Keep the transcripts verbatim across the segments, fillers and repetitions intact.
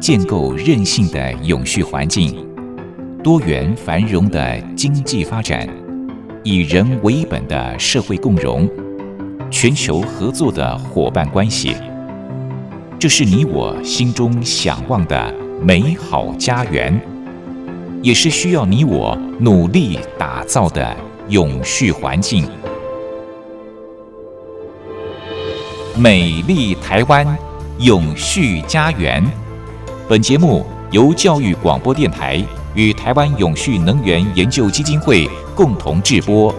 建构韧性的永续环境，多元繁荣的经济发展，以人为本的社会共荣，全球合作的伙伴关系，这是你我心中向往的美好家园，也是需要你我努力打造的永续环境。美丽台湾，永续家园。本节目由教育广播电台与台湾永续能源研究基金会共同制播。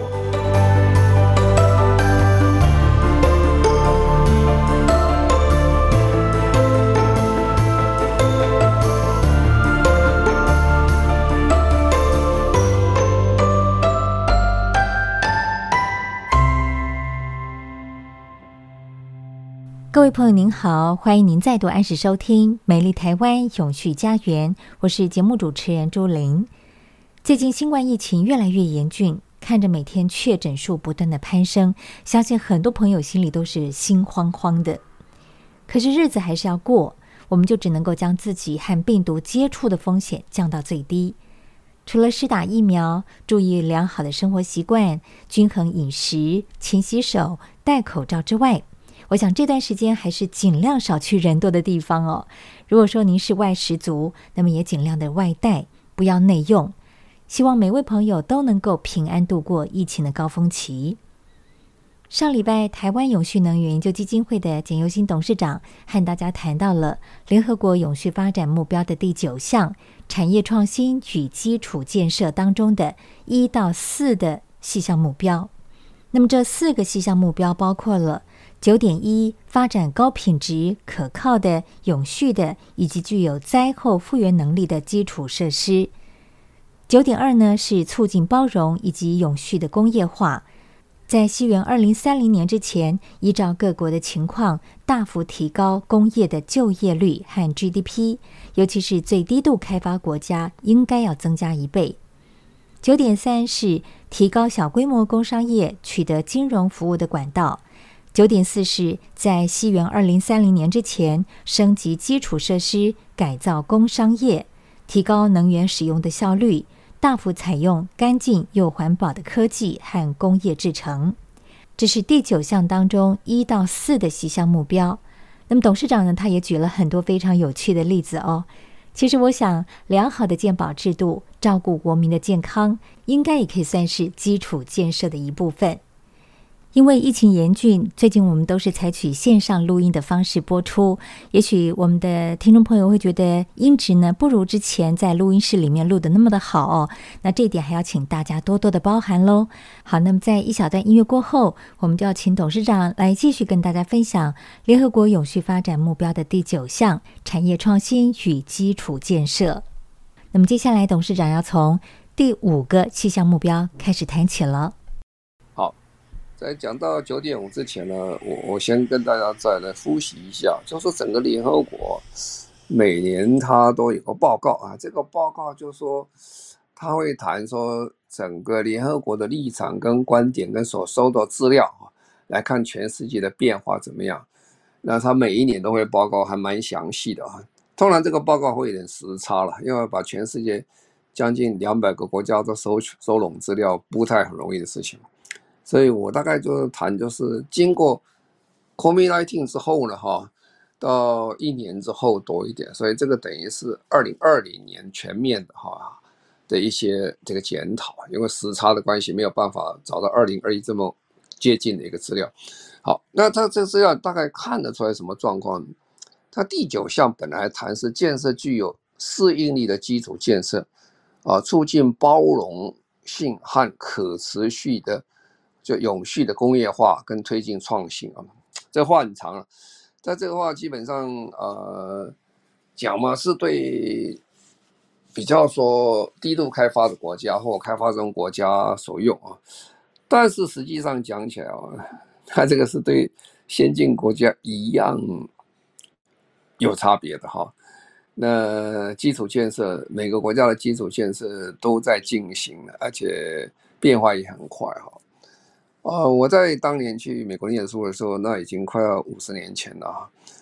各位朋友您好，欢迎您再度按时收听美丽台湾永续家园，我是节目主持人朱玲。最近新冠疫情越来越严峻，看着每天确诊数不断的攀升，相信很多朋友心里都是心慌慌的。可是日子还是要过，我们就只能够将自己和病毒接触的风险降到最低。除了施打疫苗，注意良好的生活习惯，均衡饮食，勤洗手，戴口罩之外，我想这段时间还是尽量少去人多的地方哦。如果说您是外食族，那么也尽量的外带，不要内用。希望每位朋友都能够平安度过疫情的高峰期。上礼拜，台湾永续能源研究基金会的简尤新董事长和大家谈到了联合国永续发展目标的第九项产业创新与基础建设当中的一到四的细项目标。那么这四个细项目标包括了九点一发展高品质、可靠的、永续的以及具有灾后复原能力的基础设施。九点二呢是促进包容以及永续的工业化，在西元二零三零年之前，依照各国的情况大幅提高工业的就业率和 G D P， 尤其是最低度开发国家应该要增加一倍。九点三是提高小规模工商业取得金融服务的管道。九点四是在西元二零三零年之前升级基础设施，改造工商业，提高能源使用的效率，大幅采用干净又环保的科技和工业制成。这是第九项当中一到四的细项目标。那么董事长呢，他也举了很多非常有趣的例子哦。其实我想，良好的健保制度，照顾国民的健康，应该也可以算是基础建设的一部分。因为疫情严峻，最近我们都是采取线上录音的方式播出，也许我们的听众朋友会觉得音质呢不如之前在录音室里面录的那么的好哦，那这一点还要请大家多多的包涵咯。好，那么在一小段音乐过后，我们就要请董事长来继续跟大家分享联合国永续发展目标的第九项产业创新与基础建设。那么接下来董事长要从第五个细项目标开始谈起了。 在讲到九点五之前呢，我我先跟大家再来复习一下，就是整个联合国每年它都有个报告啊，这个报告就说它会谈说整个联合国的立场跟观点跟所收的资料来看全世界的变化怎么样。那它每一年都会报告，还蛮详细的啊。当然这个报告会有点时差了，因为把全世界将近两百个国家都收收拢资料，不太很容易的事情。所以我大概就谈，就是经过 COVID 十九 之后呢，哈，到一年之后多一点，所以这个等于是二零二零年全面的哈的一些这个检讨，因为时差的关系，没有办法找到二零二一这么接近的一个资料。好，那它这个资料大概看得出来什么状况？它第九项本来谈是建设具有适应力的基础建设，啊，促进包容性和可持续的。就永续的工业化跟推进创新啊，这话很长了。在这个话基本上呃讲嘛，是对比较说低度开发的国家或开发中国家所用啊，但是实际上讲起来啊，它这个是对先进国家一样有差别的哈。那基础建设，每个国家的基础建设都在进行，而且变化也很快哈。呃，我在当年去美国念书的时候，那已经快要五十年前了啊。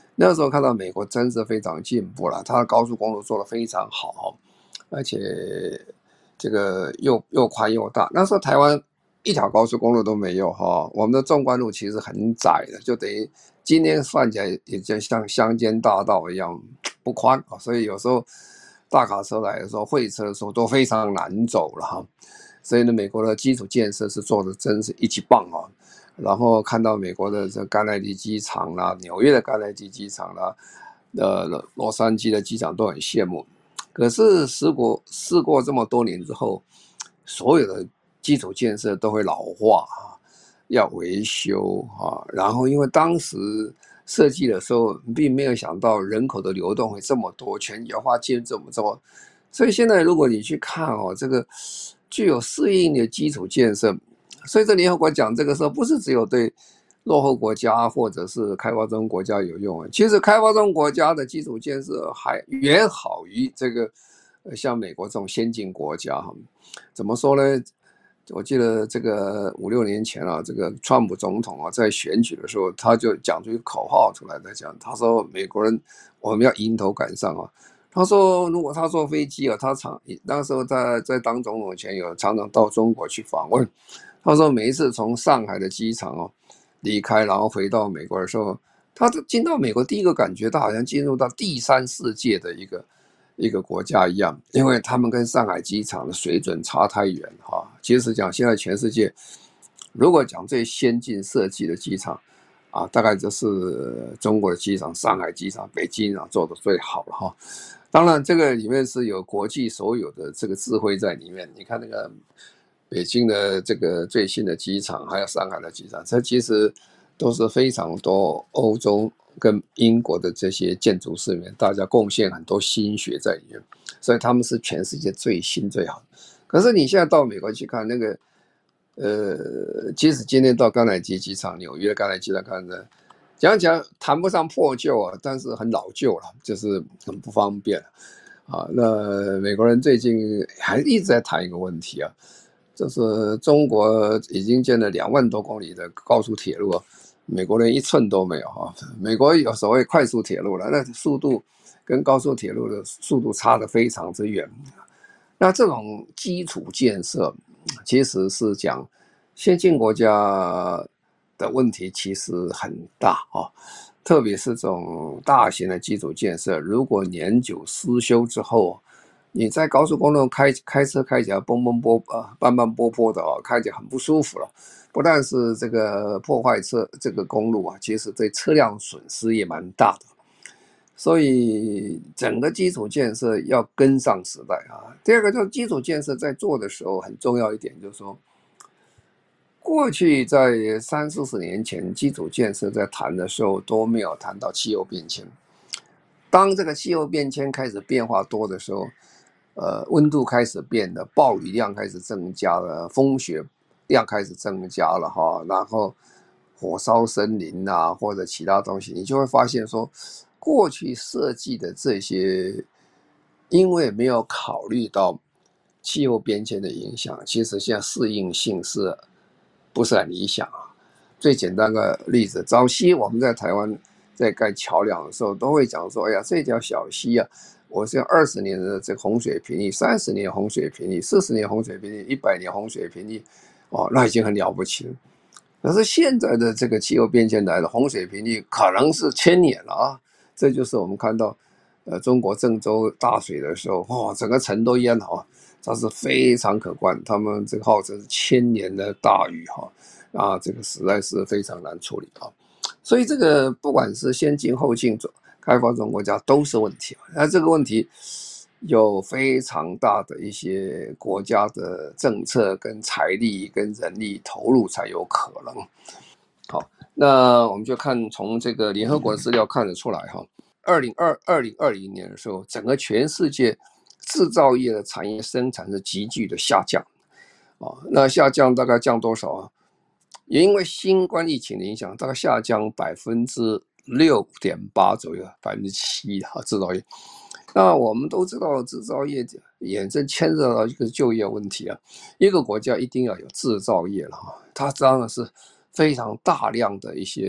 那时候看到美国真是非常进步了，它的高速公路做得非常好，而且这个又又宽又大。那时候台湾一条高速公路都没有哈，我们的纵贯路其实很窄的，就等于今天算起来也就像乡间大道一样不宽啊，所以有时候大卡车来的时候，会车的时候都非常难走了哈。所以呢，美国的基础建设是做的真是一级棒啊。然后看到美国的这甘乃迪机场啦、纽约的甘乃迪机场啦、呃洛杉矶的机场都很羡慕。可是时过事过这么多年之后，所有的基础建设都会老化啊，要维修啊。然后因为当时设计的时候，并没有想到人口的流动会这么多，全球化进这么这么，所以现在如果你去看哦，这个具有适应的基础建设。所以这联合国讲这个时候，不是只有对落后国家或者是开发中国家有用，其实开发中国家的基础建设还远好于这个像美国这种先进国家。怎么说呢？我记得这个五六年前啊，这个川普总统啊，在选举的时候，他就讲出一个口号出来，在讲，他说美国人我们要迎头赶上啊。他说，如果他坐飞机啊，他常那时候在在当总统前有常常到中国去访问。他说每一次从上海的机场哦离开，然后回到美国的时候，他进到美国第一个感觉，他好像进入到第三世界的一个一个国家一样，因为他们跟上海机场的水准差太远哈。其实讲现在全世界，如果讲最先进设计的机场啊，大概就是中国的机场、上海机场、北京机场做的最好了哈。当然，这个里面是有国际所有的这个智慧在里面。你看那个北京的这个最新的机场，还有上海的机场，这其实都是非常多欧洲跟英国的这些建筑师里面，大家贡献很多心血在里面，所以他们是全世界最新最好的。可是你现在到美国去看那个，呃，即使今天到甘乃迪机场、纽约甘乃迪机场看着，讲讲谈不上破旧啊，但是很老旧了，就是很不方便啊。那美国人最近还一直在谈一个问题啊。就是中国已经建了两万多公里的高速铁路，美国人一寸都没有哈。美国有所谓快速铁路了，那速度跟高速铁路的速度差得非常之远。那这种基础建设其实是讲先进国家的问题其实很大啊，特别是这种大型的基础建设，如果年久失修之后，你在高速公路开开车开起来蹦蹦波啊，半半波波的啊，开起来很不舒服了。不但是这个破坏车这个公路啊，其实对车辆损失也蛮大的。所以整个基础建设要跟上时代啊。第二个就是基础建设在做的时候很重要一点，就是说，过去在三四十年前基础建设在谈的时候都没有谈到气候变迁。当这个气候变迁开始变化多的时候，呃，温度开始变了，暴雨量开始增加了，风雪量开始增加了哈，然后火烧森林啊，或者其他东西，你就会发现说，过去设计的这些，因为没有考虑到气候变迁的影响，其实现在适应性是不是很理想啊？最简单的例子，早期我们在台湾在盖桥梁的时候，都会讲说，哎呀，这条小溪啊。我是二十年的这个洪水平率，三十年洪水平率，四十年洪水平率，一百年洪水平率，哦，那已经很了不起了。可是现在的这个气候变迁来的洪水平率可能是千年了啊！这就是我们看到，呃，中国郑州大水的时候，哇、哦，整个城都淹了啊，它是非常可观。他们这个号称是千年的大雨哈，啊，这个实在是非常难处理啊。所以这个不管是先进后进做。开发中国家都是问题，那这个问题有非常大的一些国家的政策跟财力跟人力投入才有可能。好，那我们就看从这个联合国的资料看得出来哈，二零二二零二零年的时候，整个全世界制造业的产业生产是急剧的下降啊，那下降大概降多少啊？也因为新冠疫情的影响，大概下降百分之六点八左右，百分之七哈，制造业。那我们都知道，制造业衍生牵涉到一个就业问题啊。一个国家一定要有制造业了哈，它当然是非常大量的一些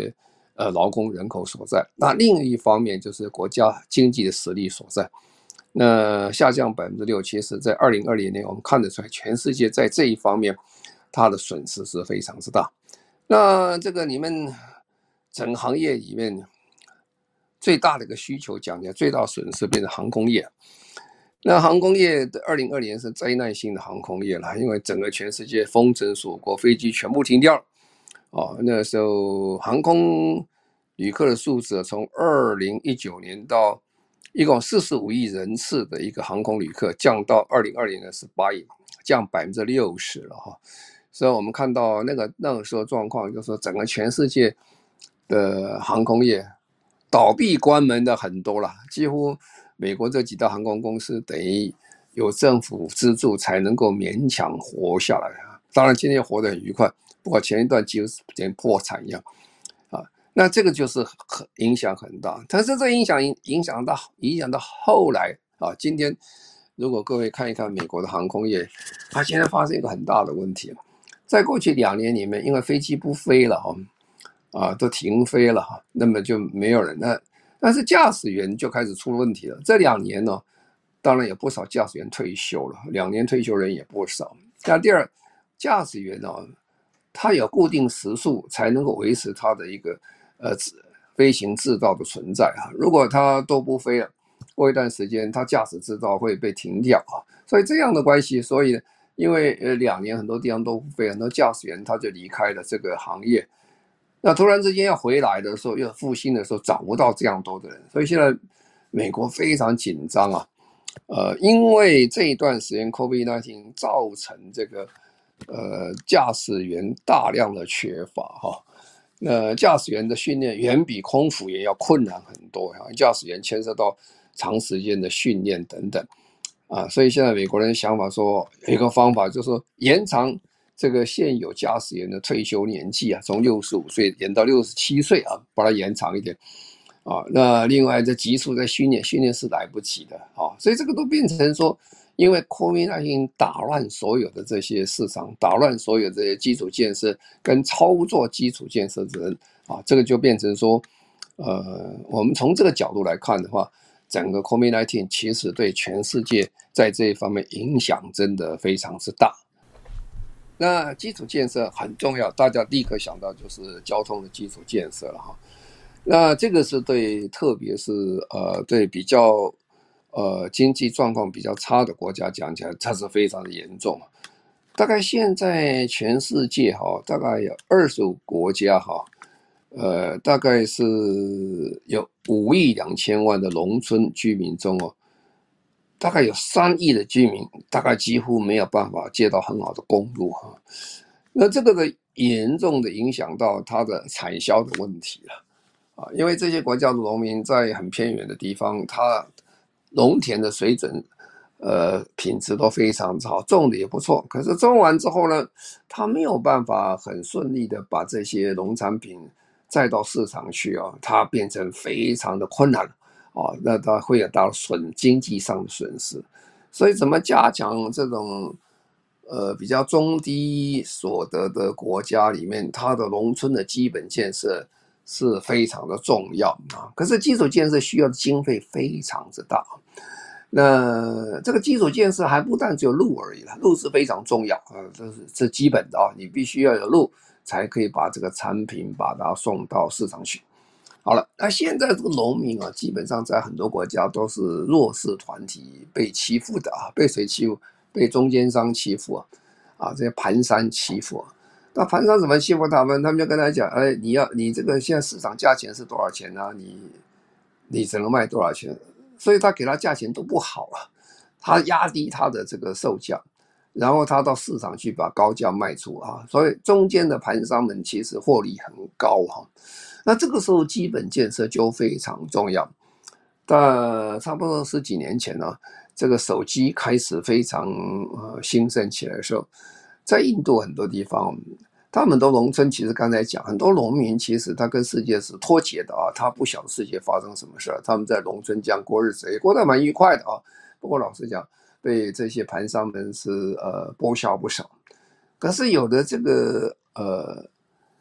呃劳工人口所在。那另一方面就是国家经济的实力所在。那下降百分之六，其实在二零二零年我们看得出来，全世界在这一方面它的损失是非常之大。那这个你们整行业里面最大的一个需求讲起来，最大损失变成航空业。那航空业的二零二零年是灾难性的航空业了，因为整个全世界封城锁国，飞机全部停掉了。哦，那时候航空旅客的数字从二零一九年到一共四十五亿人次的一个航空旅客，降到二零二零年十八亿，降百分之六十了哈。所以我们看到那个那个时候状况，就是说整个全世界的航空业倒闭关门的很多了，几乎美国这几大航空公司等于有政府资助才能够勉强活下来。当然今天活得很愉快，不过前一段几乎连破产一样啊。那这个就是很影响很大，但是这影响影响到影响到后来啊，今天如果各位看一看美国的航空业，它现在发生一个很大的问题，在过去两年里面，因为飞机不飞了哈。啊，都停飞了哈，那么就没有人。那但是驾驶员就开始出问题了。这两年呢，当然有不少驾驶员退休了，两年退休人也不少。那第二，驾驶员呢，他有固定时数才能够维持他的一个呃飞行制造的存在啊。如果他都不飞了，过一段时间，他驾驶制造会被停掉啊。所以这样的关系，所以因为呃两年很多地方都不飞，很多驾驶员他就离开了这个行业。那突然之间要回来的时候，又复兴的时候，找不到这样多的人，所以现在美国非常紧张啊。呃，因为这一段时间 COVID 十九 造成这个呃驾驶员大量的缺乏哈。那驾驶员的训练远比空服员要困难很多啊，驾驶员牵涉到长时间的训练等等啊，所以现在美国人想法说有一个方法就是说延长这个现有驾驶员的退休年纪啊，从六十五岁延到六十七岁啊，把它延长一点啊。那另外这急速在训练，训练是来不及的啊，所以这个都变成说，因为 COVID 十九 打乱所有的这些市场，打乱所有这些基础建设跟操作基础建设的人啊，这个就变成说，呃，我们从这个角度来看的话，整个 COVID 十九 其实对全世界在这一方面影响真的非常之大。那基础建设很重要，大家立刻想到就是交通的基础建设了哈。那这个是对，特别是呃对比较呃经济状况比较差的国家讲起来，它是非常的严重。大概现在全世界哈，大概有二十五国家哈，呃，大概是有五亿两千万的农村居民中哦。大概有三亿的居民，大概几乎没有办法接到很好的公路哈。那这个的严重的影响到它的产销的问题了啊，因为这些国家的农民在很偏远的地方，他农田的水准，呃，品质都非常好，种的也不错。可是种完之后呢，他没有办法很顺利的把这些农产品载到市场去啊，它变成非常的困难。哦，那它会有到损经济上的损失，所以怎么加强这种呃比较中低所得的国家里面，它的农村的基本建设是非常的重要啊。可是基础建设需要的经费非常之大，那这个基础建设还不但只有路而已了，路是非常重要啊，这是这基本的啊，你必须要有路才可以把这个产品把它送到市场去。好了，那现在这个农民啊，基本上在很多国家都是弱势团体被欺负的啊，被谁欺负？被中间商欺负啊，啊，这些盘商欺负啊。那盘商怎么欺负他们？他们就跟他讲，哎，你要你这个现在市场价钱是多少钱啊？你你只能卖多少钱？所以他给他价钱都不好啊，他压低他的这个售价，然后他到市场去把高价卖出啊，所以中间的盘商们其实获利很高哈。那这个时候基本建设就非常重要。但差不多十几年前呢，这个手机开始非常呃兴盛起来的时候，在印度很多地方，他们的农村其实刚才讲，很多农民其实他跟世界是脱节的啊，他不晓得世界发生什么事，他们在农村这样过日子也过得蛮愉快的啊。不过老实讲，被这些盘商们是呃剥削不少。可是有的这个呃。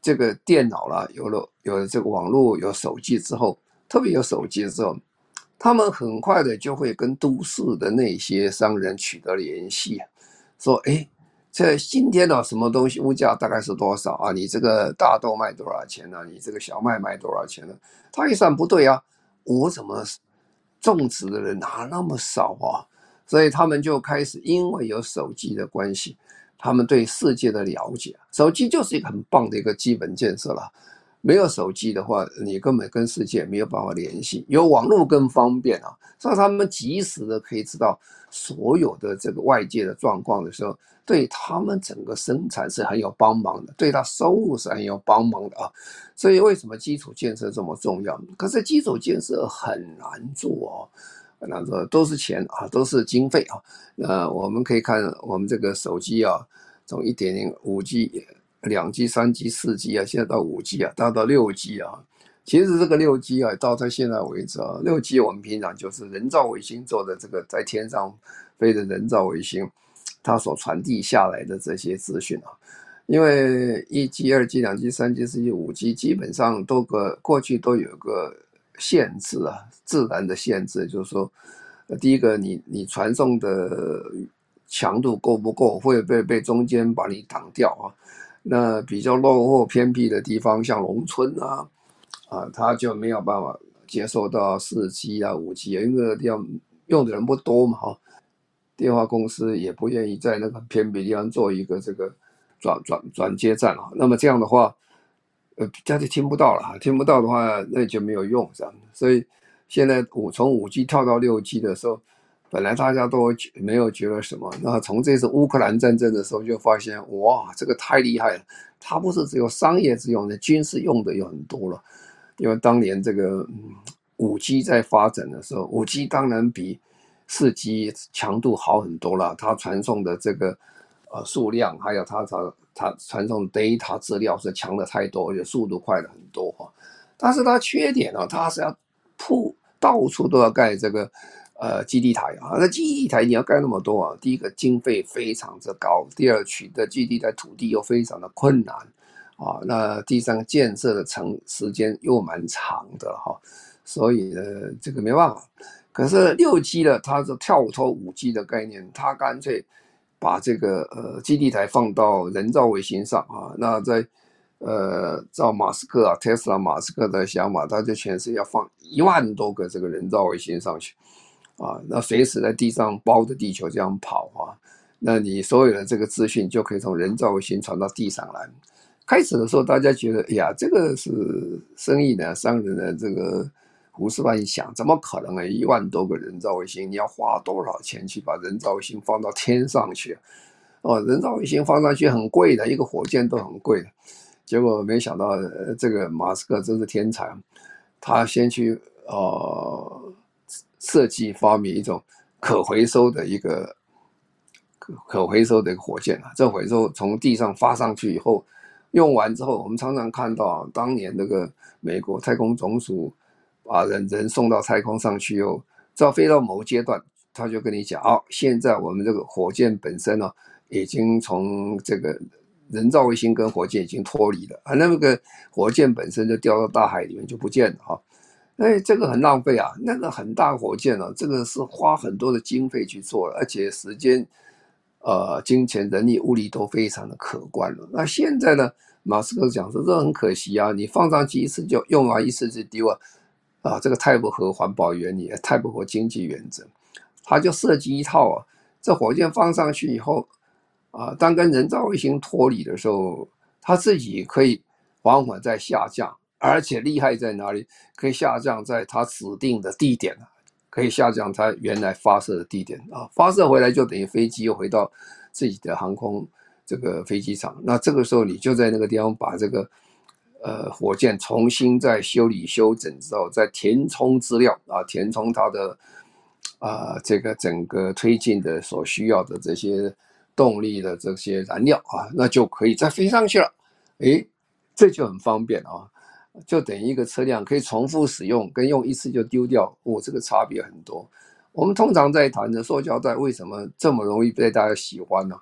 这个电脑啦，有了有了这个网络，有手机之后，特别有手机之后，他们很快的就会跟都市的那些商人取得联系，说，哎，这今天的什么东西物价大概是多少啊？你这个大豆卖多少钱呢、啊？你这个小麦卖多少钱呢、啊？他一算不对啊，我怎么种植的人哪那么少啊？所以他们就开始因为有手机的关系，他们对世界的了解，手机就是一个很棒的一个基本建设了。没有手机的话，你根本跟世界没有办法联系。有网络更方便啊，所以他们及时的可以知道所有的这个外界的状况的时候，对他们整个生产是很有帮忙的，对他收入是很有帮忙的啊。所以为什么基础建设这么重要？可是基础建设很难做哦。那说都是钱啊，都是经费啊。那我们可以看我们这个手机啊，从 一点零、五 G、两 G、三 G、四 G 啊，现在到五 G 啊，到到六 G 啊。其实这个六 G 啊，到到现在为止啊，六 G 我们平常就是人造卫星做的这个在天上飞的人造卫星，它所传递下来的这些资讯啊。因为一 G、二 G、两 G、三 G、四 G、五 G 基本上都个过去都有个限制啊，自然的限制，就是说，第一个你你传送的强度够不够，会被被中间把你挡掉啊。那比较落后偏僻的地方，像农村啊，啊，他就没有办法接受到四 G 啊、五 G 啊，因为那个地方用的人不多嘛，哈，电话公司也不愿意在那个偏僻地方做一个这个转转转接站啊。那么这样的话，呃，大家听不到了，听不到的话，那就没有用，这样。所以现在五从五 G 跳到六 G 的时候，本来大家都没有觉得什么，那从这次乌克兰战争的时候就发现，哇，这个太厉害了，它不是只有商业之用的，军事用的有很多了。因为当年这个嗯五 G 在发展的时候，五 G 当然比四 G 强度好很多了，它传送的这个呃数量，还有它它它传送 data 资料是强的太多，而且速度快了很多哈。但是它缺点呢、啊，它是要铺到处都要盖这个呃基地台啊。那基地台你要盖那么多啊，第一个经费非常之高，第二取得基地台土地又非常的困难啊。那第三建设的长时间又蛮长的哈，所以呢这个没办法。可是六 G 呢，它是跳脱五 G 的概念，它干脆把这个呃基地台放到人造卫星上啊。那在呃照马斯克啊 Tesla 马斯克的想法，他就全是要放一万多个这个人造卫星上去啊，那随时在地上包着地球这样跑啊。那你所有的这个资讯就可以从人造卫星传到地上来。开始的时候大家觉得，哎呀，这个是生意呢，商人的这个胡思乱想，怎么可能啊？一万多个人造卫星，你要花多少钱去把人造卫星放到天上去？哦，人造卫星放上去很贵的，一个火箭都很贵的。结果没想到，呃、这个马斯克真是天才，他先去呃设计发明一种可回收的一个可可回收的一个火箭啊。这回收从地上发上去以后，用完之后，我们常常看到、啊、当年那个美国太空总署把人人送到太空上去后，只要飞到某个阶段，他就跟你讲，哦，现在我们这个火箭本身呢、啊，已经从这个人造卫星跟火箭已经脱离了啊，那个火箭本身就掉到大海里面就不见了哈。哎，这个很浪费啊，那个很大火箭啊，这个是花很多的经费去做的，而且时间、呃，金钱、人力、物力都非常的可观了。那现在呢，马斯克讲说这很可惜啊，你放上去一次就用完，一次就丢啊，啊，这个太不合环保原理，太不合经济原则。他就设计一套啊，这火箭放上去以后。啊，当跟人造卫星脱离的时候，它自己可以缓缓在下降，而且厉害在哪里？可以下降在它指定的地点，可以下降它原来发射的地点啊。发射回来就等于飞机又回到自己的航空这个飞机场。那这个时候你就在那个地方把这个呃火箭重新再修理修整之后，再填充资料啊，填充它的啊这个整个推进的所需要的这些。动力的这些燃料啊，那就可以再飞上去了。诶，这就很方便啊，就等于一个车辆可以重复使用，跟用一次就丢掉，哦，这个差别很多。我们通常在谈的塑胶袋为什么这么容易被大家喜欢呢？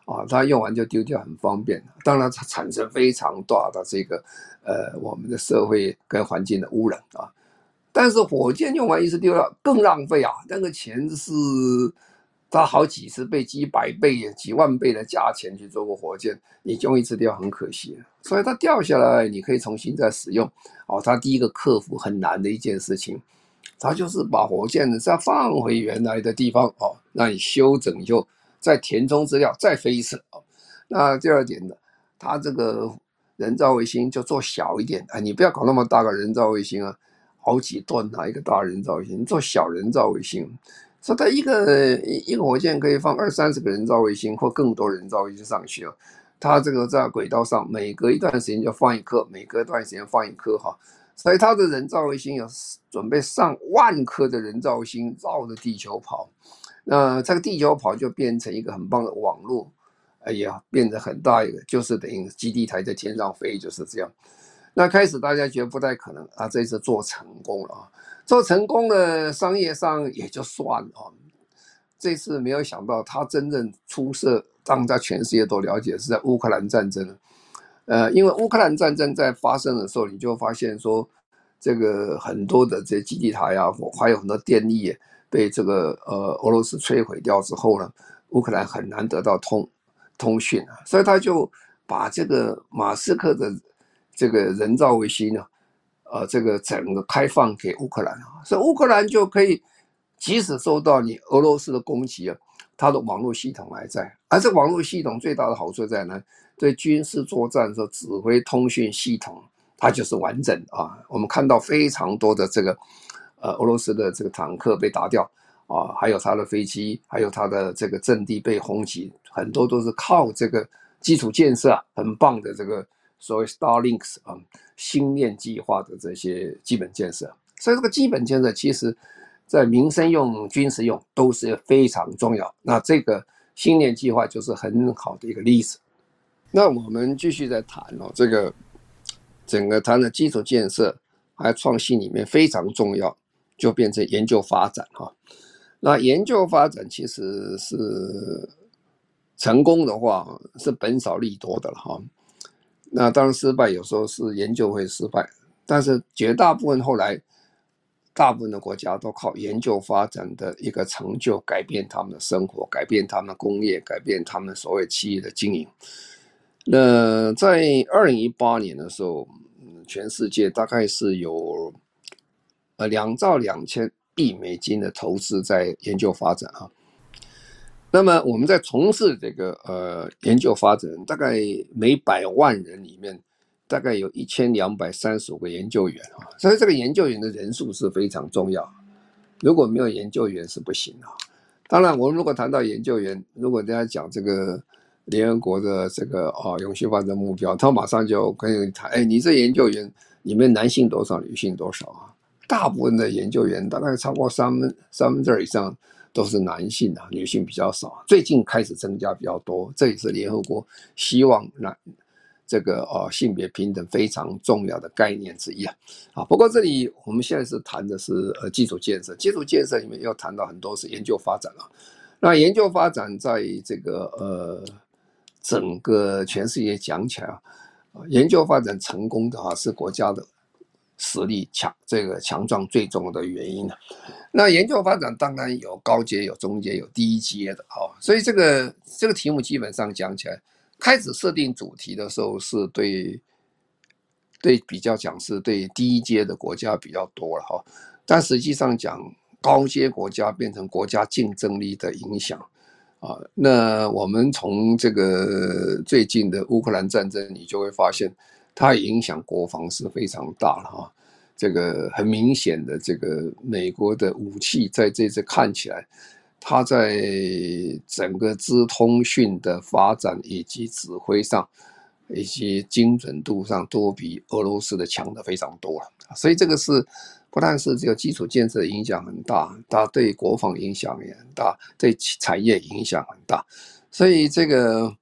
啊，它用完就丢掉，很方便。当然，它产生非常大的这个呃我们的社会跟环境的污染啊。但是火箭用完一次丢掉更浪费啊，那个钱是它好几十倍、几百倍、几万倍的价钱去做个火箭，你用一次掉很可惜，所以它掉下来你可以重新再使用。哦，它第一个克服很难的一件事情，它就是把火箭再放回原来的地方哦，那你修整以后再填充资料再飞一次哦。那第二点呢，它这个人造卫星就做小一点，哎，你不要搞那么大个人造卫星啊，好几吨啊，一个大人造卫星，做小人造卫星，所以它一个一个火箭可以放二三十个人造卫星或更多人造卫星上去哦。它这个在轨道上每隔一段时间就放一颗，每隔一段时间放一颗哈，所以它的人造卫星有准备上万颗的人造卫星绕着地球跑，那这个地球跑就变成一个很棒的网络，哎呀，变得很大一个，就是等于基地台在天上飞，就是这样。那开始大家觉得不太可能啊，这次做成功了啊，做成功了，商业上也就算了啊。这次没有想到，他真正出色，让在全世界都了解是在乌克兰战争。呃，因为乌克兰战争在发生的时候，你就发现说，这个很多的这些基地台啊，还有很多电力被这个呃俄罗斯摧毁掉之后呢，乌克兰很难得到通通讯啊，所以他就把这个马斯克的这个人造卫星呢，呃，这个整个开放给乌克兰啊，所以乌克兰就可以即使受到你俄罗斯的攻击啊，它的网络系统还在。而这网络系统最大的好处在哪？对军事作战的时候，指挥通讯系统它就是完整啊。我们看到非常多的这个呃俄罗斯的这个坦克被打掉啊，还有它的飞机，还有它的这个阵地被轰击，很多都是靠这个基础建设啊，很棒的这个所谓 Starlinks 啊，星链计划的这些基本建设。所以这个基本建设其实在民生用、军事用都是非常重要。那这个星链计划就是很好的一个例子。那我们继续在谈哦，这个整个谈的基础建设还有创新里面非常重要，就变成研究发展哈。那研究发展其实是成功的话是本少利多的了哈。那当然失败有时候是研究会失败，但是绝大部分后来大部分的国家都靠研究发展的一个成就改变他们的生活，改变他们的工业，改变他们所谓企业的经营。那在二零一八年的时候，全世界大概是有呃两兆两千亿美金的投资在研究发展啊。那么我们在从事这个呃研究发展，大概每百万人里面，大概有一千两百三十五个研究员啊，所以这个研究员的人数是非常重要。如果没有研究员是不行的。当然，我们如果谈到研究员，如果大家讲这个联合国的这个啊永续发展目标，他马上就跟你谈，哎，你这研究员里面男性多少，女性多少啊？大部分的研究员大概超过三分三分之二以上都是男性啊，女性比较少。最近开始增加比较多，这也是联合国希望男这个呃性别平等非常重要的概念之一啊。啊，不过这里我们现在是谈的是呃基础建设，基础建设里面要谈到很多是研究发展啊。那研究发展在这个呃整个全世界讲起来啊，研究发展成功的话是国家的实力强，这个强壮最重要的原因啊。那研究发展当然有高阶、有中阶、有低阶的啊，所以这个这个题目基本上讲起来，开始设定主题的时候是对对比较讲是对低阶的国家比较多了哈，但实际上讲高阶国家变成国家竞争力的影响啊。那我们从这个最近的乌克兰战争，你就会发现它影响国防是非常大了哈。这个很明显的，这个美国的武器在这次看起来，它在整个资通讯的发展以及指挥上，以及精准度上，都比俄罗斯的强的非常多了。所以这个是不但是这个基础建设的影响很大，它对国防影响也很大，对产业影响很大。所以这个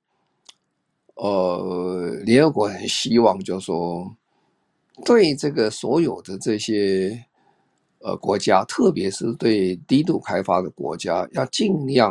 呃，联合国很希望就是说，对这个所有的这些呃国家，特别是对低度开发的国家，要尽量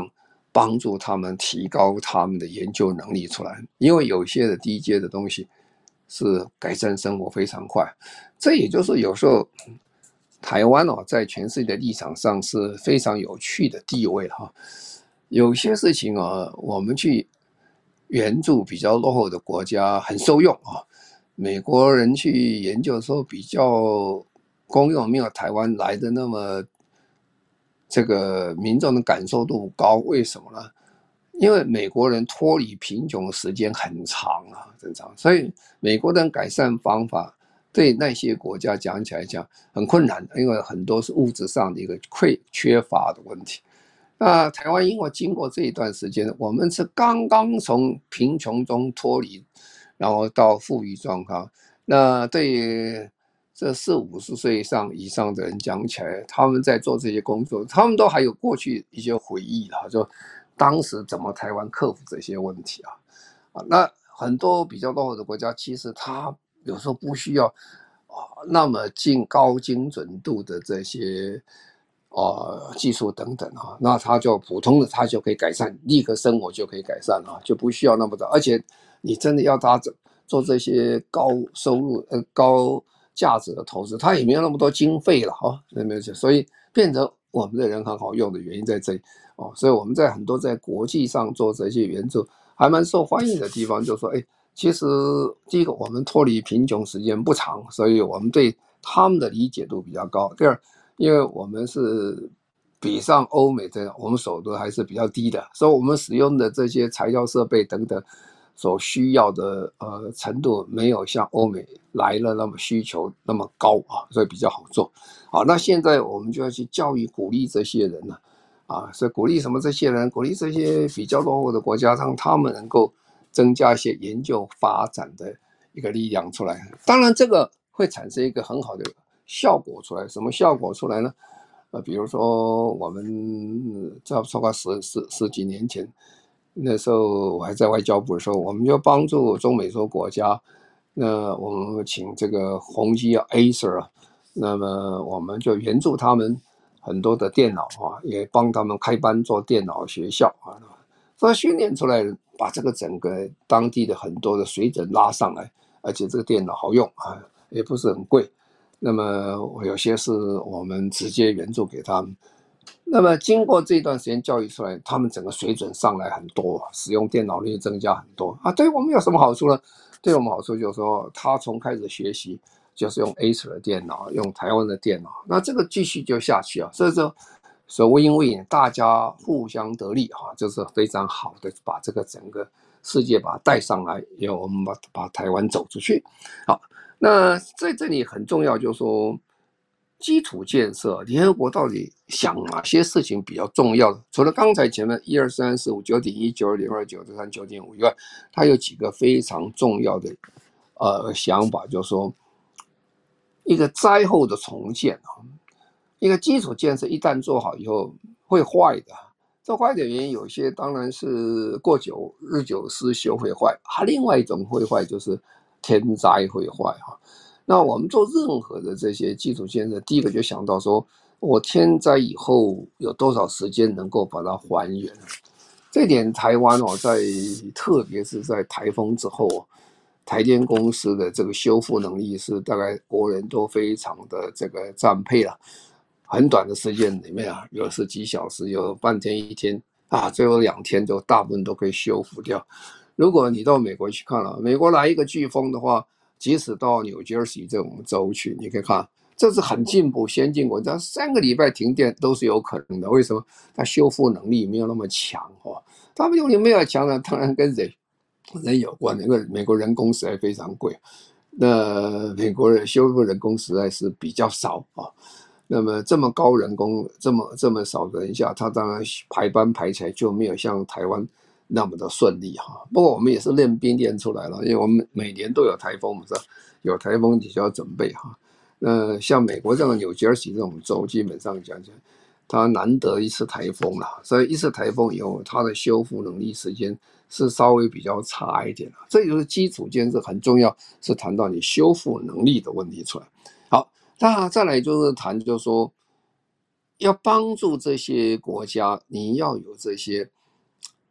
帮助他们提高他们的研究能力出来，因为有些的低阶的东西是改善生活非常快。这也就是有时候台湾哦，在全世界的立场上是非常有趣的地位哈。有些事情啊，我们去援助比较落后的国家很受用啊。美国人去研究的时候比较功用没有台湾来的那么这个民众的感受度高，为什么呢？因为美国人脱离贫穷的时间很长啊，正常，所以美国的改善方法对那些国家讲起来讲很困难，因为很多是物质上的一个匮缺乏的问题。那台湾因为经过这一段时间，我们是刚刚从贫穷中脱离，然后到富裕状况。那对于这四五十岁以上以上的人讲起来，他们在做这些工作，他们都还有过去一些回忆了，就当时怎么台湾克服这些问题啊？啊，那很多比较落后的国家，其实他有时候不需要啊那么精高精准度的这些呃技术等等啊，那他就普通的他就可以改善，立刻生活就可以改善啊，就不需要那么多。而且你真的要他做这些高收入呃高价值的投资，他也没有那么多经费了哈，没有，所以变成我们的人很好用的原因在这里哦。所以我们在很多在国际上做这些援助还蛮受欢迎的地方，就说哎，其实第一个我们脱离贫穷时间不长，所以我们对他们的理解度比较高。第二，因为我们是比上欧美这样，我们手度还是比较低的，所以我们使用的这些材料设备等等所需要的呃程度没有像欧美来了那么需求那么高啊，所以比较好做。好，那现在我们就要去教育鼓励这些人呢，啊，所以鼓励什么这些人，鼓励这些比较落后的国家，让他们能够增加一些研究发展的一个力量出来。当然，这个会产生一个很好的效果出来。什么效果出来呢？呃，比如说我们差不多十十十几年前。那时候我还在外交部的时候，我们就帮助中美洲国家，那我们请这个宏基啊 Acer 啊，那么我们就援助他们很多的电脑啊，也帮他们开班做电脑学校啊，所以训练出来，把这个整个当地的很多的水准拉上来，而且这个电脑好用啊，也不是很贵。那么有些是我们直接援助给他们。那么经过这段时间教育出来，他们整个水准上来很多，使用电脑率增加很多啊。对我们有什么好处呢？对我们好处就是说，他从开始学习就是用 Acer 的电脑，用台湾的电脑，那这个继续就下去啊。所以说，所谓因为大家互相得利啊，就是非常好的把这个整个世界把它带上来，因为我们把把台湾走出去。好，那在这里很重要，就是说。基础建设，联合国到底想哪些事情比较重要的？除了刚才前面一二三四五九点一九二点二九点三九点五以外，它有几个非常重要的呃想法，就是说一个灾后的重建啊，一个基础建设一旦做好以后会坏的。这坏的原因有些当然是过久日久失修会坏，啊，另外一种会坏就是天灾会坏哈。那我们做任何的这些基础建设，第一个就想到说，我天灾以后有多少时间能够把它还原？这点台湾哦，在特别是在台风之后，台电公司的这个修复能力是大概国人都非常的这个赞佩了。很短的时间里面啊，有十几小时，有半天一天啊，最后两天就大部分都可以修复掉。如果你到美国去看了，美国来一个飓风的话，即使到纽约市这种州去，你可以看，这是很进步、先进国家，三个礼拜停电都是有可能的。为什么？它修复能力没有那么强哦。他们用力没有强呢，当然跟人人有关。因为美国人工实在非常贵，那美国人修复人工实在是比较少啊。那么这么高人工，这么这么少的人下，他当然排班排起来就没有像台湾那么的顺利哈。不过我们也是练兵练出来了，因为我们每年都有台风，我们知道有台风你就要准备哈。那像美国这样的纽约市这种州，基本上讲讲，它难得一次台风了，所以一次台风以后，它的修复能力时间是稍微比较差一点了。这就是基础建设很重要，是谈到你修复能力的问题出来。好，那再来就是谈，就是说要帮助这些国家，你要有这些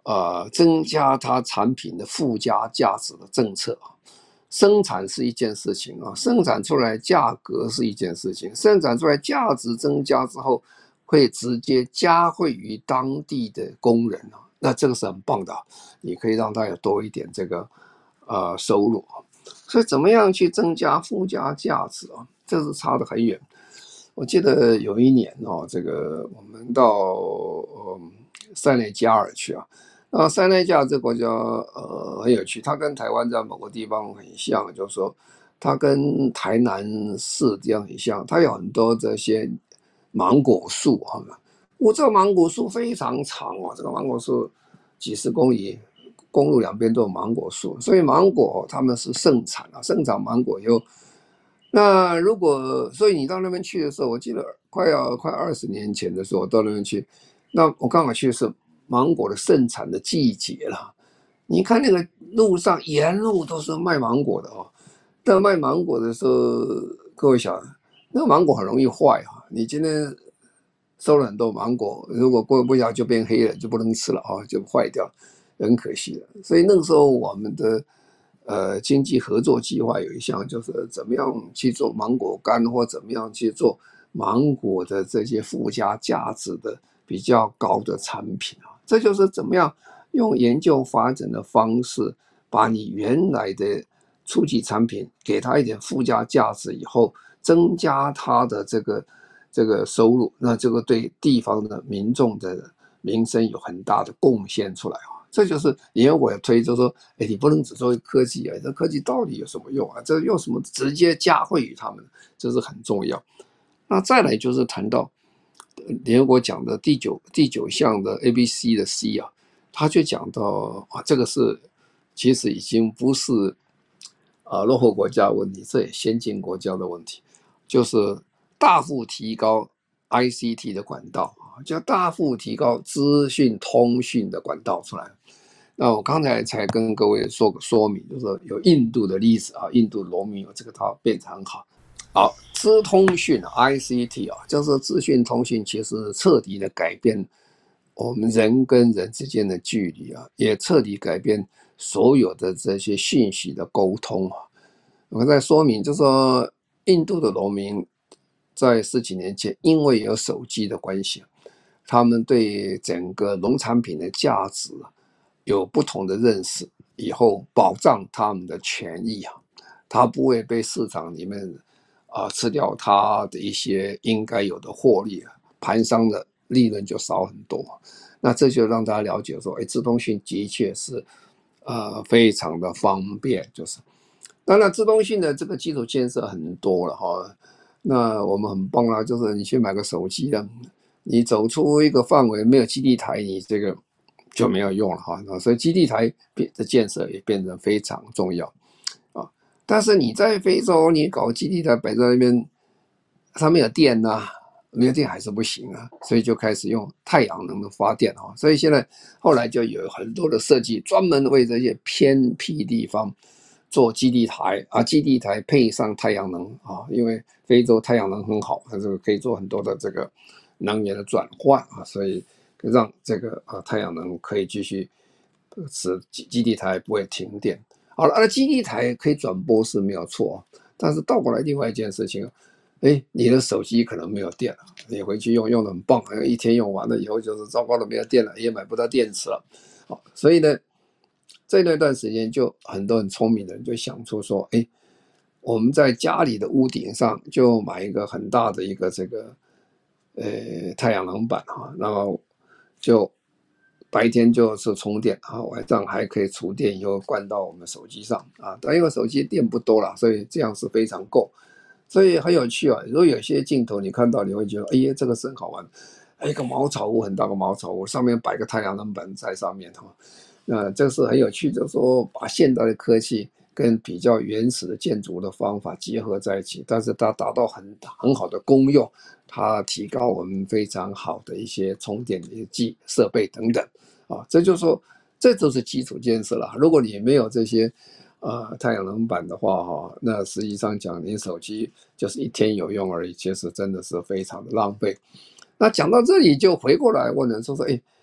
呃增加它产品的附加价值的政策啊。生产是一件事情啊，生产出来价格是一件事情，生产出来价值增加之后，会直接加惠于当地的工人啊，那这个是很棒的，你可以让他有多一点这个呃收入。所以怎么样去增加附加价值啊？这是差得很远。我记得有一年哦，这个我们到呃塞内加尔去啊。那塞内加尔这个国家呃很有趣，它跟台湾在某个地方很像，就是说它跟台南市这样很像，它有很多这些芒果树哈。我这个芒果树非常长哦，这个芒果树几十公里，公路两边都有芒果树，所以芒果他们是盛产啊，盛产芒果以后，那如果所以你到那边去的时候，我记得快要快二十年前的时候，我到那边去，那我刚好去的是芒果的盛产的季节了。你看那个路上沿路都是卖芒果的哦。但卖芒果的时候，各位想，那个芒果很容易坏啊。你今天收了很多芒果，如果过不久就变黑了，就不能吃了啊，就坏掉，很可惜了。所以那个时候我们的呃经济合作计划有一项就是怎么样去做芒果干，或怎么样去做芒果的这些附加价值的比较高的产品啊。这就是怎么样用研究发展的方式，把你原来的初级产品给它一点附加价值以后，增加它的这个这个收入，那这个对地方的民众的民生有很大的贡献出来啊。这就是联合国也推，就说，哎，你不能只做科技啊，这科技到底有什么用啊？这用什么直接加惠于他们，这是很重要。那再来就是谈到联合国讲的第九第九项的 A B C 的 C 啊，他就讲到啊，这个是其实已经不是啊落后国家的问题，这也先进国家的问题，就是大幅提高 I C T 的管道啊，就大幅提高资讯通讯的管道出来。那我刚才才跟各位说个说明，就是有印度的例子啊，印度农民有这个它变成很好。好，资通讯 I C T 啊，就是资讯通讯，其实彻底的改变我们人跟人之间的距离啊，也彻底改变所有的这些信息的沟通啊。我在说明，就是说印度的农民在十几年前，因为有手机的关系，他们对整个农产品的价值有不同的认识，以后保障他们的权益啊，他不会被市场里面啊吃掉他的一些应该有的获利啊，盘商的利润就少很多。那这就让大家了解说，哎，资通讯的确是呃非常的方便，就是当然资通讯的这个基础建设很多了哈。那我们很棒啦，就是你去买个手机了，你走出一个范围没有基地台，你这个就没有用了哈。所以基地台的建设也变得非常重要啊。但是你在非洲，你搞基地台摆在那边，上面有电呐、啊，没有电还是不行啊，所以就开始用太阳能的发电啊。所以现在后来就有很多的设计，专门为这些偏僻地方做基地台啊，基地台配上太阳能啊，因为非洲太阳能很好，它这个可以做很多的这个能源的转换啊，所以让这个啊太阳能可以继续使基地台不会停电。好了，那基地台可以转播是没有错，但是倒过来另外一件事情，哎，你的手机可能没有电了，你回去用用的很棒，一天用完了以后就是糟糕的没有电了，也买不到电池了。好，所以呢，这那段时间就很多很聪明的人就想出说，哎，我们在家里的屋顶上就买一个很大的一个这个呃太阳能板哈，然后就白天就是充电啊，晚上还可以储电以后灌到我们手机上啊。但因为手机电不多了，所以这样是非常够，所以很有趣啊。如果有些镜头你看到，你会觉得，哎呀，这个是很好玩，一个茅草屋，很大个茅草屋，上面摆个太阳能板在上面哈。那这是很有趣，就是说把现代的科技跟比较原始的建筑的方法结合在一起，但是它达到很很好的功用，它提高我们非常好的一些充电的机设备等等啊，这就是说这就是基础建设了。如果你没有这些呃太阳能板的话哈，那实际上讲你手机就是一天有用而已，其实真的是非常的浪费。那讲到这里就回过来问人说说，哎。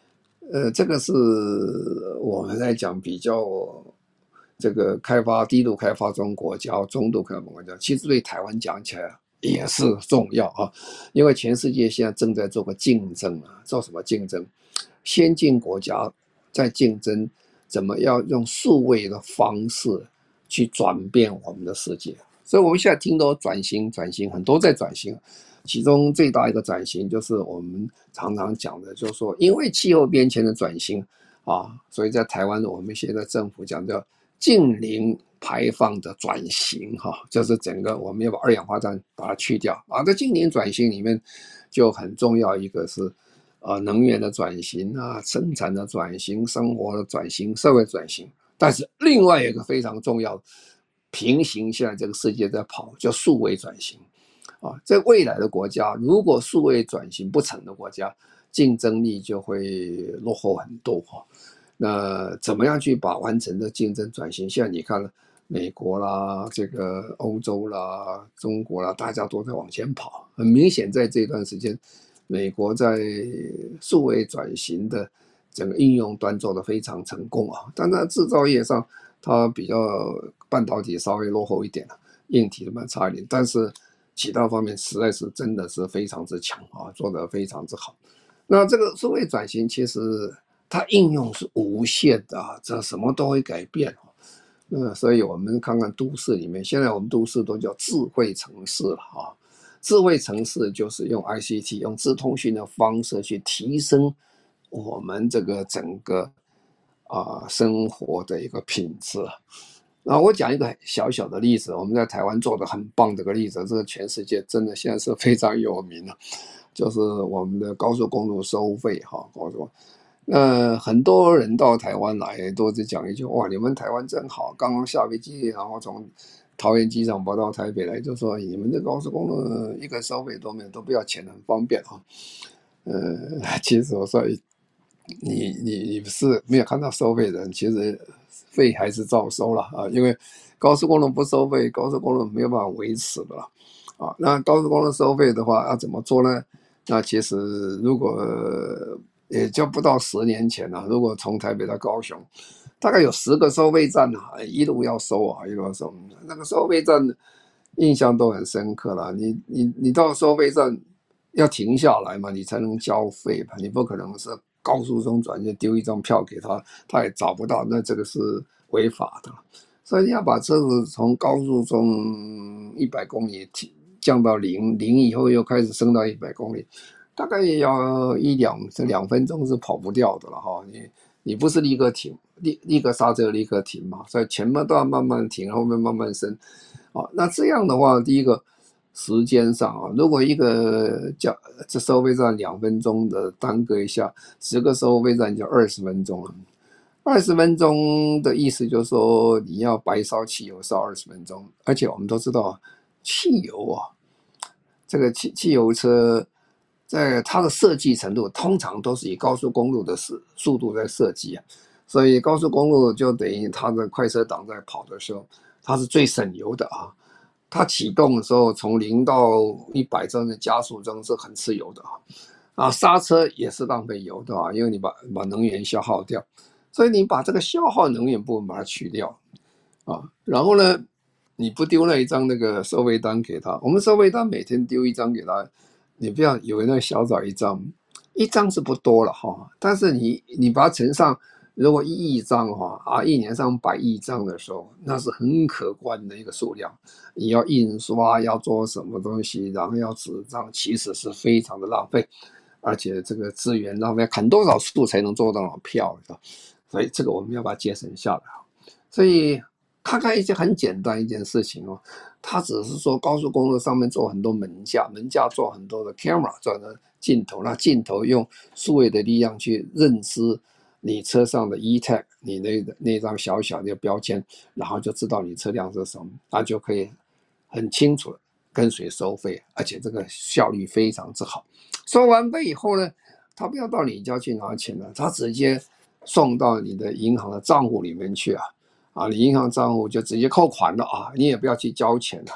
呃，这个是我们在讲比较这个开发低度开发中国家、中度开发国家，其实对台湾讲起来也是重要啊，因为全世界现在正在做个竞争啊，做什么竞争？先进国家在竞争怎么样用数位的方式去转变我们的世界，所以我们现在听到转型，转型很多在转型。其中最大一个转型就是我们常常讲的，就是说，因为气候变迁的转型啊，所以在台湾我们现在政府讲叫净零排放的转型，哈、啊，就是整个我们要把二氧化碳把它去掉啊。在净零转型里面，就很重要一个是呃能源的转型啊，生产的转型，生活的转型，社会转型。但是另外一个非常重要，平行现在这个世界在跑，叫数位转型。啊，在未来的国家，如果数位转型不成的国家，竞争力就会落后很多哈。那怎么样去把完成的竞争转型？现在你看了美国啦、这个欧洲啦、中国啦，大家都在往前跑。很明显，在这段时间，美国在数位转型的整个应用端做得非常成功啊。但在制造业上，它比较半导体稍微落后一点了，硬体蛮差一点，但是其他方面实在是真的是非常之强啊，做得非常之好。那这个数位转型其实它应用是无限的啊，这什么都会改变啊。那所以我们看看都市里面，现在我们都市都叫智慧城市了啊。智慧城市就是用 I C T 用资通讯的方式去提升我们这个整个啊、呃、生活的一个品质。然后我讲一个小小的例子，我们在台湾做的很棒的一个例子，这个全世界真的现在是非常有名了，就是我们的高速公路收费哈，高速。那很多人到台湾来都是讲一句哇，你们台湾真好，刚刚下飞机，然后从桃园机场跑到台北来，就说你们的高速公路一个收费都没有，都不要钱，很方便哈。呃，其实我说你你你是没有看到收费的人，其实费还是照收了啊，因为高速公路不收费，高速公路没有办法维持的了啊。那高速公路收费的话，要怎么做呢？那其实如果也就不到十年前了、啊，如果从台北到高雄，大概有十个收费站啊，一路要收啊，一路要收。那个收费站印象都很深刻了。你你你到收费站要停下来嘛，你才能交费吧，你不可能是高速中转就丢一张票给他，他也找不到，那这个是违法的。所以你要把车子从高速中一百公里降到零，零以后又开始升到一百公里，大概也要一两两分钟是跑不掉的了哈。你你不是立刻停，立立刻刹车立刻停嘛，所以前面都要慢慢停，后面慢慢升。啊，那这样的话，第一个时间上啊，如果一个叫这收费站两分钟的耽搁一下，十个收费站就二十分钟了。二十分钟的意思就是说，你要白烧汽油烧二十分钟，而且我们都知道，汽油啊，这个汽汽油车在它的设计程度，通常都是以高速公路的速度在设计啊，所以高速公路就等于它的快车党在跑的时候，它是最省油的啊。它启动的时候，从零到一百中的加速中是很吃油的啊，啊，刹车也是浪费油的啊，因为你把把能源消耗掉，所以你把这个消耗能源部分把它去掉啊，然后呢，你不丢那一张那个收费单给他，我们收费单每天丢一张给他，你不要以为那小找一张，一张是不多了哈，但是你你把它乘上。如果一亿张哈啊，一年上百亿张的时候，那是很可观的一个数量。你要印刷，要做什么东西，然后要纸张，其实是非常的浪费，而且这个资源浪费，砍多少树才能做多少票，所以这个我们要把它节省下来。所以看看一些很简单一件事情哦，它只是说高速公路上面做很多门架，门架做很多的 camera， 做的镜头，那镜头用数位的力量去认知。你车上的 E tag， 你那那张小小的标签，然后就知道你车辆是什么，它就可以很清楚的跟谁收费，而且这个效率非常之好。收完费以后呢，他不要到你家去拿钱了，他直接送到你的银行的账户里面去啊，啊，你银行账户就直接扣款了啊，你也不要去交钱了。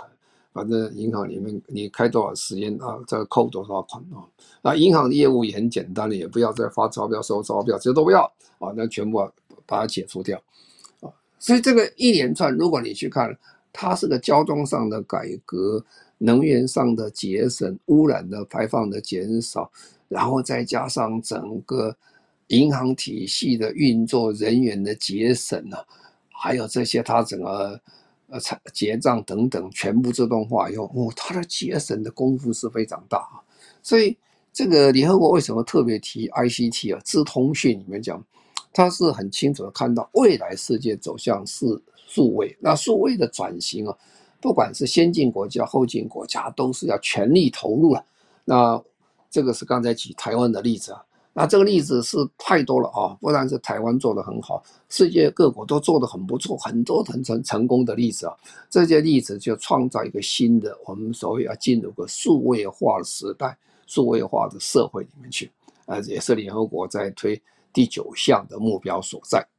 反正银行里面你开多少时间啊，再扣多少款啊。那银行的业务也很简单的，也不要再发钞票、收钞票，这都不要啊，那全部把它解除掉啊。所以这个一连串，如果你去看，它是个交通上的改革，能源上的节省，污染的排放的减少，然后再加上整个银行体系的运作人员的节省啊，还有这些它整个呃结账等等全部自动化以后，哦，它的节省的功夫是非常大啊。所以这个联合国为什么特别提 I C T 啊？资通讯里面讲，它是很清楚的看到未来世界走向是数位，那数位的转型啊，不管是先进国家、后进国家，都是要全力投入了。那这个是刚才举台湾的例子啊。那这个例子是太多了啊，不但是台湾做得很好，世界各国都做得很不错，很多很成成功的例子啊。这些例子就创造一个新的，我们所谓要进入个数位化的时代、数位化的社会里面去，呃，也是联合国在推第九项的目标所在。